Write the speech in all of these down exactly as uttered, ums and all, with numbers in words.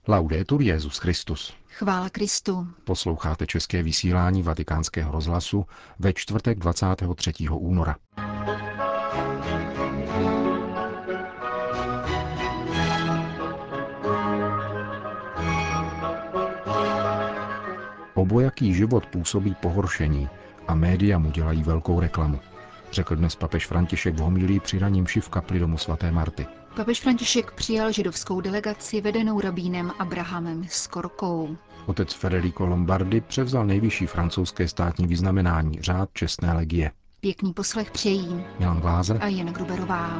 Laudetur Jesus Christus. Chvála Kristu. Posloucháte české vysílání Vatikánského rozhlasu ve čtvrtek dvacátého třetího února. Obojaký život působí pohoršení a média mu dělají velkou reklamu, řekl dnes papež František v homilii při raní mši v kapli domu svaté Marty. Papež František přijal židovskou delegaci vedenou rabínem Abrahamem Skorkou. Otec Federico Lombardi převzal nejvyšší francouzské státní vyznamenání řád čestné legie. Pěkný poslech přejí Milan Glázer a Jana Gruberová.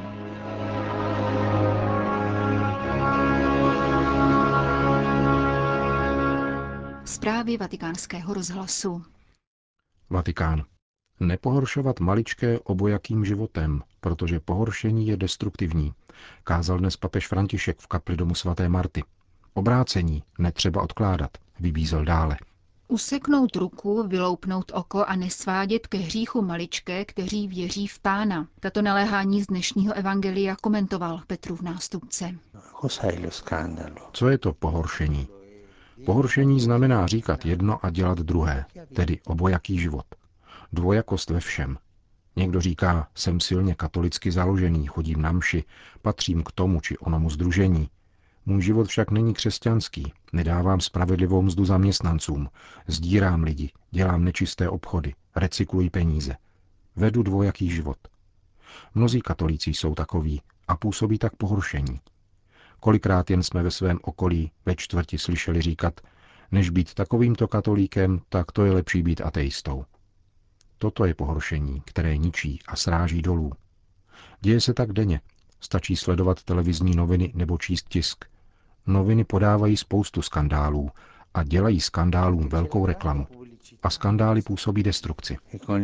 Zprávy Vatikánského rozhlasu. Vatikán. Nepohoršovat maličké obojakým životem, protože pohoršení je destruktivní, kázal dnes papež František v kapli domu svaté Marty. Obrácení netřeba odkládat, vybízel dále. Useknout ruku, vyloupnout oko a nesvádět ke hříchu maličké, kteří věří v Pána. Tato naléhání z dnešního evangelia komentoval Petrův nástupce. Co je to pohoršení? Pohoršení znamená říkat jedno a dělat druhé, tedy obojaký život. Dvojakost ve všem. Někdo říká, jsem silně katolicky založený, chodím na mši, patřím k tomu či onomu sdružení. Můj život však není křesťanský, nedávám spravedlivou mzdu zaměstnancům, sdírám lidi, dělám nečisté obchody, recykluji peníze. Vedu dvojaký život. Mnozí katolíci jsou takoví a působí tak pohoršení. Kolikrát jen jsme ve svém okolí ve čtvrti slyšeli říkat, než být takovýmto katolíkem, tak to je lepší být ateistou. Toto je pohoršení, které ničí a sráží dolů. Děje se tak denně. Stačí sledovat televizní noviny nebo číst tisk. Noviny podávají spoustu skandálů a dělají skandálům velkou reklamu. A skandály působí destrukci.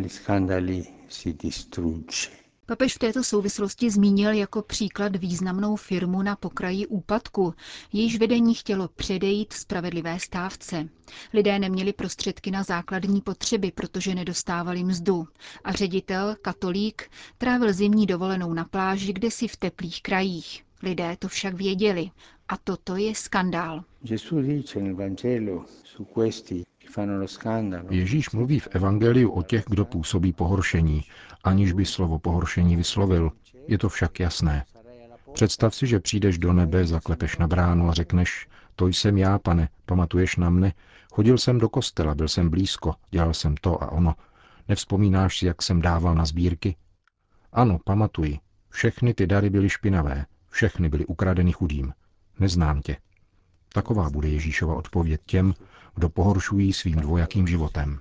Papež v této souvislosti zmínil jako příklad významnou firmu na pokraji úpadku, jejíž vedení chtělo předejít spravedlivé stávce. Lidé neměli prostředky na základní potřeby, protože nedostávali mzdu. A ředitel, katolík, trávil zimní dovolenou na pláži kdesi v teplých krajích. Lidé to však věděli. A toto je skandál. Ježíš mluví v evangeliu o těch, kdo působí pohoršení, aniž by slovo pohoršení vyslovil. Je to však jasné. Představ si, že přijdeš do nebe, zaklepeš na bránu a řekneš, to jsem já, pane, pamatuješ na mne? Chodil jsem do kostela, byl jsem blízko, dělal jsem to a ono. Nevzpomínáš si, jak jsem dával na sbírky? Ano, pamatuji. Všechny ty dary byly špinavé, všechny byly ukradeny chudým. Neznám tě. Taková bude Ježíšova odpověď těm, kdo pohoršují svým dvojakým životem.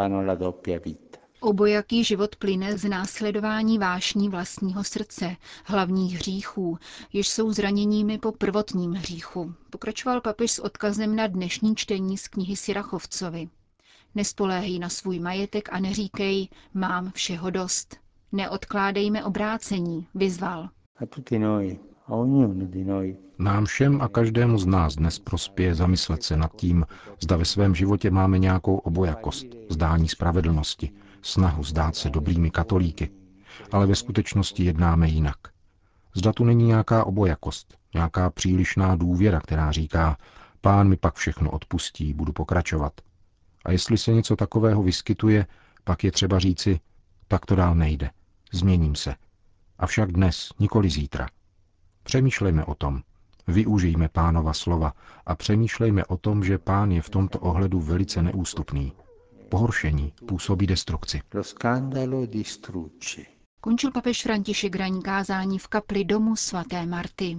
Obojaký život plyne z následování vášní vlastního srdce, hlavních hříchů, jež jsou zraněními po prvotním hříchu. Pokračoval papež s odkazem na dnešní čtení z knihy Sirachovcovi. Nespoléhej na svůj majetek a neříkej, mám všeho dost. Neodkládejme obrácení, vyzval. Nám všem a každému z nás dnes prospěje zamyslet se nad tím, zda ve svém životě máme nějakou obojakost, zdání spravedlnosti, snahu zdát se dobrými katolíky, ale ve skutečnosti jednáme jinak. Zda tu není nějaká obojakost, nějaká přílišná důvěra, která říká, Pán mi pak všechno odpustí, budu pokračovat. A jestli se něco takového vyskytuje, pak je třeba říci, tak to dál nejde, změním se. Avšak dnes, nikoli zítra. Přemýšlejme o tom, využijme Pánova slova a přemýšlejme o tom, že Pán je v tomto ohledu velice neústupný. Pohoršení působí destrukci. Končil papež František ranní kázání v kapli domu svaté Marty.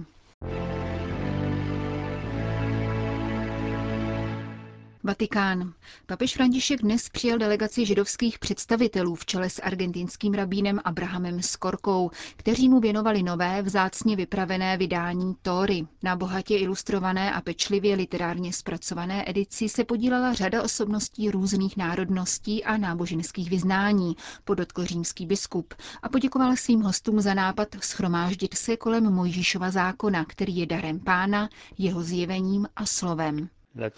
Vatikán. Papež František dnes přijal delegaci židovských představitelů v čele s argentinským rabínem Abrahamem Skorkou, kteří mu věnovali nové, vzácně vypravené vydání Tóry. Na bohatě ilustrované a pečlivě literárně zpracované edici se podílela řada osobností různých národností a náboženských vyznání, podotkl římský biskup, a poděkoval svým hostům za nápad shromáždit se kolem Mojžíšova zákona, který je darem Pána, jeho zjevením a slovem.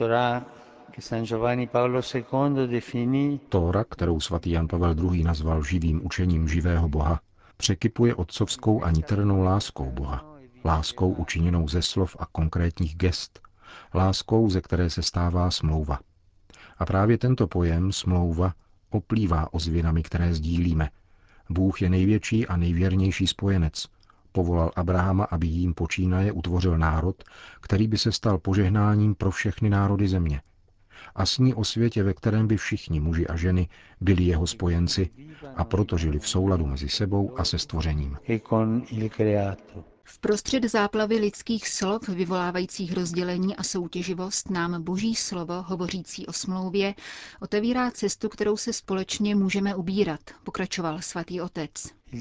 Tóra, kterou svatý Jan Pavel druhý. Nazval živým učením živého Boha, překypuje otcovskou a niternou láskou Boha, láskou učiněnou ze slov a konkrétních gest, láskou, ze které se stává smlouva. A právě tento pojem, smlouva, oplývá ozvěnami, které sdílíme. Bůh je největší a nejvěrnější spojenec. Povolal Abrahama, aby jím počínaje utvořil národ, který by se stal požehnáním pro všechny národy země. A sní o světě, ve kterém by všichni muži a ženy byli jeho spojenci a proto žili v souladu mezi sebou a se stvořením. Vprostřed záplavy lidských slov vyvolávajících rozdělení a soutěživost nám Boží slovo, hovořící o smlouvě, otevírá cestu, kterou se společně můžeme ubírat, pokračoval svatý otec.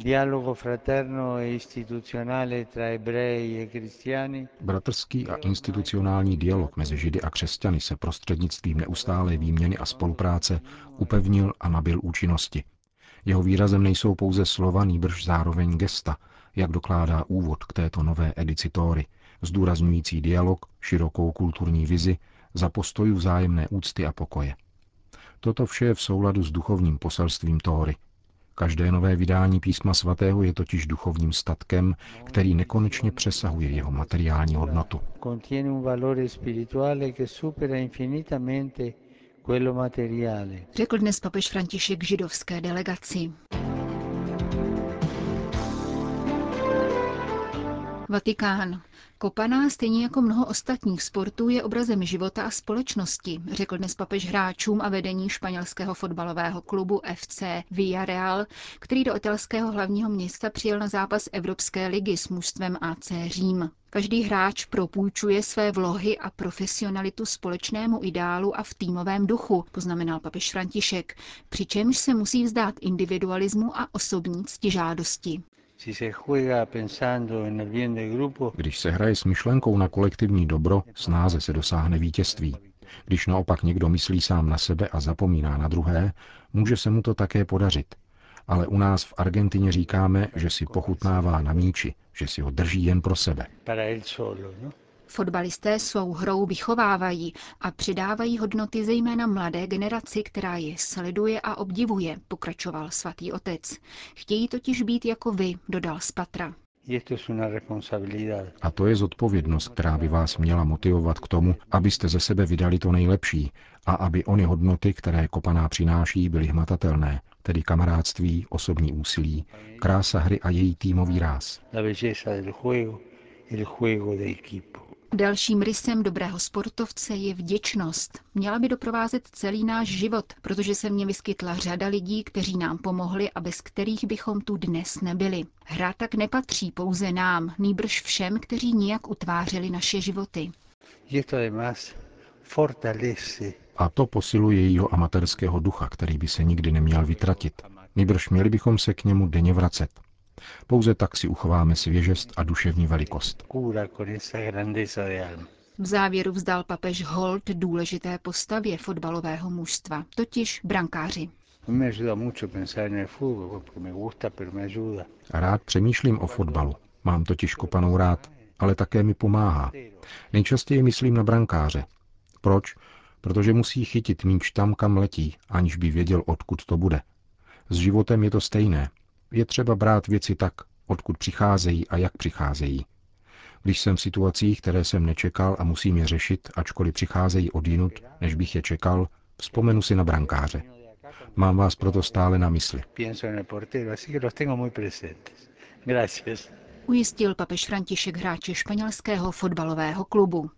Bratrský a institucionální dialog mezi Židy a křesťany se prostřednictvím neustálé výměny a spolupráce upevnil a nabyl účinnosti. Jeho výrazem nejsou pouze slova, nýbrž zároveň gesta, jak dokládá úvod k této nové edici Tóry, zdůrazňující dialog, širokou kulturní vizi za postojů vzájemné úcty a pokoje. Toto vše je v souladu s duchovním poselstvím Tóry. Každé nové vydání písma svatého je totiž duchovním statkem, který nekonečně přesahuje jeho materiální hodnotu. Řekl dnes papež František židovské delegaci. Vatikán. Kopaná, stejně jako mnoho ostatních sportů, je obrazem života a společnosti, řekl dnes papež hráčům a vedení španělského fotbalového klubu F C Villarreal, který do italského hlavního města přijel na zápas Evropské ligy s mužstvem A C Řím. Každý hráč propůjčuje své vlohy a profesionalitu společnému ideálu a v týmovém duchu, poznamenal papež František, přičemž se musí vzdát individualismu a osobní ctižádosti. Když se hraje s myšlenkou na kolektivní dobro, snáze se dosáhne vítězství. Když naopak někdo myslí sám na sebe a zapomíná na druhé, může se mu to také podařit. Ale u nás v Argentině říkáme, že si pochutnává na míči, že si ho drží jen pro sebe. Fotbalisté svou hrou vychovávají a přidávají hodnoty zejména mladé generaci, která je sleduje a obdivuje, pokračoval svatý otec. Chtějí totiž být jako vy, dodal z patra. A to je zodpovědnost, která by vás měla motivovat k tomu, abyste ze sebe vydali to nejlepší a aby ony hodnoty, které Kopaná přináší, byly hmatatelné, tedy kamarádství, osobní úsilí, krása hry a její týmový ráz. Dalším rysem dobrého sportovce je vděčnost. Měla by doprovázet celý náš život, protože se mně vyskytla řada lidí, kteří nám pomohli a bez kterých bychom tu dnes nebyli. Hra tak nepatří pouze nám, nýbrž všem, kteří nijak utvářeli naše životy. A to posiluje jejího amatérského ducha, který by se nikdy neměl vytratit. Nýbrž měli bychom se k němu denně vracet. Pouze tak si uchováme svěžest a duševní velikost. V závěru vzdal papež hold důležité postavě fotbalového mužstva, totiž brankáři. Rád přemýšlím o fotbalu. Mám totiž Kopanou rád, ale také mi pomáhá. Nejčastěji myslím na brankáře. Proč? Protože musí chytit míč tam, kam letí, aniž by věděl, odkud to bude. S životem je to stejné. Je třeba brát věci tak, odkud přicházejí a jak přicházejí. Když jsem v situacích, které jsem nečekal a musím je řešit, ačkoliv přicházejí odjinud, než bych je čekal, vzpomenu si na brankáře. Mám vás proto stále na mysli. Ujistil papež František hráče španělského fotbalového klubu.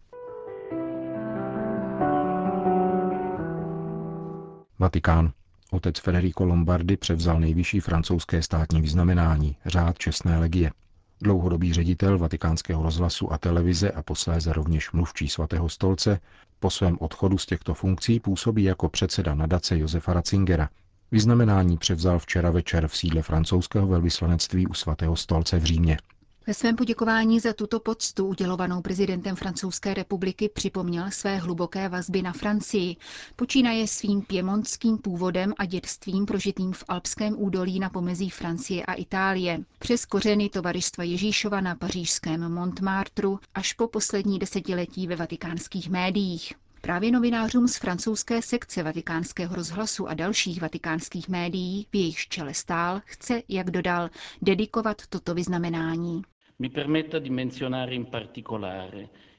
Vatikán. Otec Federico Lombardi převzal nejvyšší francouzské státní vyznamenání, řád čestné legie. Dlouhodobý ředitel Vatikánského rozhlasu a televize a posléze rovněž mluvčí svatého stolce po svém odchodu z těchto funkcí působí jako předseda nadace Josefa Ratzingera. Vyznamenání převzal včera večer v sídle francouzského velvyslanectví u svatého stolce v Římě. Ve svém poděkování za tuto poctu udělovanou prezidentem Francouzské republiky připomněl své hluboké vazby na Francii, počínaje svým piemontským původem a dětstvím prožitým v alpském údolí na pomezí Francie a Itálie, přes kořeny Tovaristva Ježíšova na pařížském Montmartru až po poslední desetiletí ve vatikánských médiích. Právě novinářům z francouzské sekce Vatikánského rozhlasu a dalších vatikánských médií, v jejichž čele stál, chce, jak dodal, dedikovat toto vyznamenání.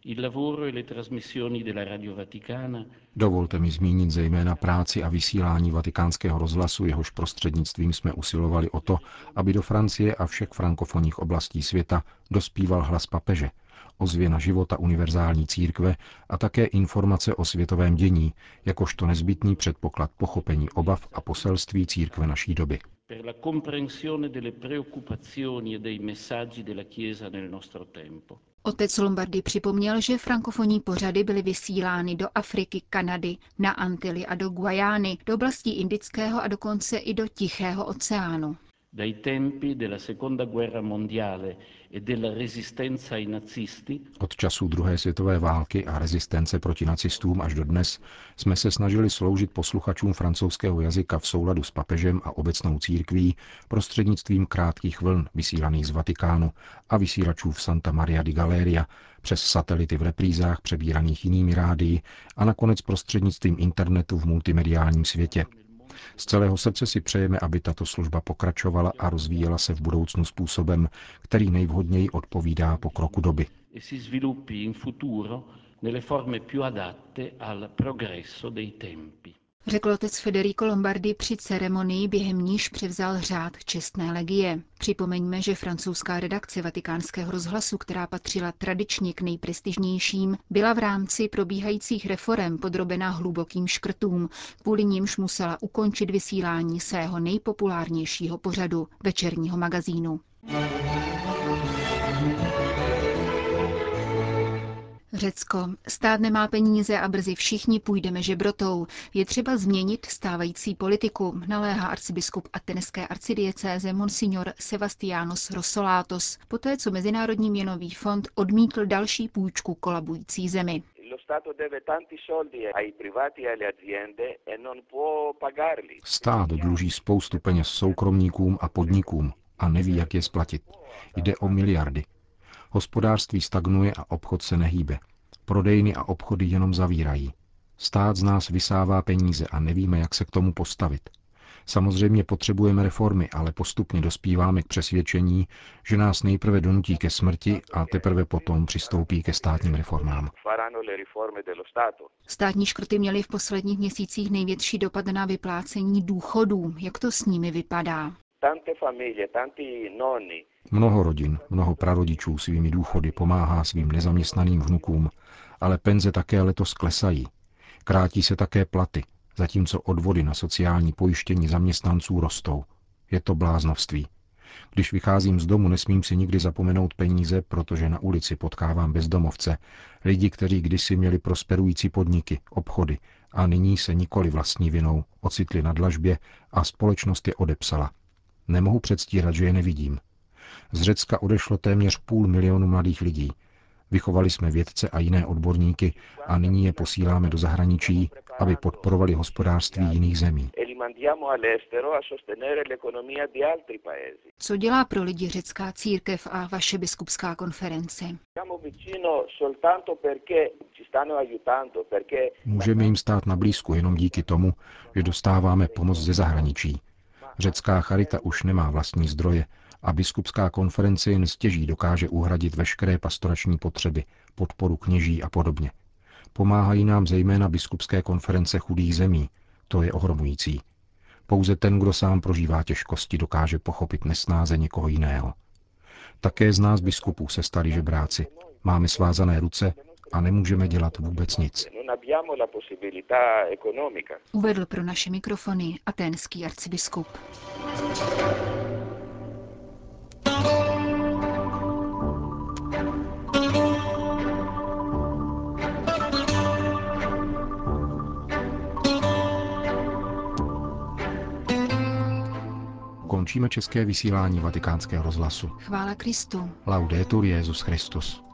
Dovolte mi zmínit zejména práci a vysílání Vatikánského rozhlasu, jehož prostřednictvím jsme usilovali o to, aby do Francie a všech frankofonních oblastí světa dospíval hlas papeže, ozvěna života univerzální církve a také informace o světovém dění, jakožto nezbytný předpoklad pochopení obav a poselství církve naší doby. Per la comprensione delle preoccupazioni e dei messaggi della Chiesa nel nostro tempo. Otec Lombardi připomněl, že frankofonní pořady byly vysílány do Afriky, Kanady, na Antily a do Guajány, do oblastí Indického a dokonce i do Tichého oceánu. Dai tempi della seconda guerra mondiale e della resistenza ai nazisti. Od času druhé světové války a rezistence proti nacistům až do dnes jsme se snažili sloužit posluchačům francouzského jazyka v souladu s papežem a obecnou církví prostřednictvím krátkých vln vysílaných z Vatikánu a vysílačů v Santa Maria di Galeria, přes satelity v reprízách přebíraných jinými rádii a nakonec prostřednictvím internetu v multimediálním světě. Z celého srdce si přejeme, aby tato služba pokračovala a rozvíjela se v budoucnu způsobem, který nejvhodněji odpovídá pokroku doby. Řekl otec Federico Lombardi při ceremonii, během níž převzal řád čestné legie. Připomeňme, že francouzská redakce Vatikánského rozhlasu, která patřila tradičně k nejprestižnějším, byla v rámci probíhajících reforem podrobena hlubokým škrtům, kvůli nimž musela ukončit vysílání svého nejpopulárnějšího pořadu, večerního magazínu. Řecko. Stát nemá peníze a brzy všichni půjdeme žebrotou. Je třeba změnit stávající politiku, naléhá arcibiskup aténské arcidiecéze Monsignor Sevastianos Rossolatos, poté co Mezinárodní měnový fond odmítl další půjčku kolabující zemi. Stát dluží spoustu peněz soukromníkům a podnikům a neví, jak je splatit. Jde o miliardy. Hospodářství stagnuje a obchod se nehýbe. Prodejny a obchody jenom zavírají. Stát z nás vysává peníze a nevíme, jak se k tomu postavit. Samozřejmě potřebujeme reformy, ale postupně dospíváme k přesvědčení, že nás nejprve donutí ke smrti a teprve potom přistoupí ke státním reformám. Státní škrty měly v posledních měsících největší dopad na vyplácení důchodů. Jak to s nimi vypadá? Mnoho rodin, mnoho prarodičů svými důchody pomáhá svým nezaměstnaným vnukům, ale penze také letos klesají. Krátí se také platy, zatímco odvody na sociální pojištění zaměstnanců rostou. Je to bláznovství. Když vycházím z domu, nesmím si nikdy zapomenout peníze, protože na ulici potkávám bezdomovce, lidi, kteří kdysi měli prosperující podniky, obchody a nyní se nikoli vlastní vinou ocitli na dlažbě a společnost je odepsala. Nemohu předstírat, že je nevidím. Z Řecka odešlo téměř půl milionu mladých lidí. Vychovali jsme vědce a jiné odborníky a nyní je posíláme do zahraničí, aby podporovali hospodářství jiných zemí. Co dělá pro lidi řecká církev a vaše biskupská konference? Můžeme jim stát na blízku jenom díky tomu, že dostáváme pomoc ze zahraničí. Řecká charita už nemá vlastní zdroje a biskupská konference jen stěží dokáže uhradit veškeré pastorační potřeby, podporu kněží a podobně. Pomáhají nám zejména biskupské konference chudých zemí. To je ohromující. Pouze ten, kdo sám prožívá těžkosti, dokáže pochopit nesnáze někoho jiného. Také z nás biskupů se stali žebráci. Máme svázané ruce a nemůžeme dělat vůbec nic. Uvedl pro naše mikrofony aténský arcibiskup. Končíme české vysílání Vatikánského rozhlasu. Chvála Kristu. Laudetur Jesus Christus.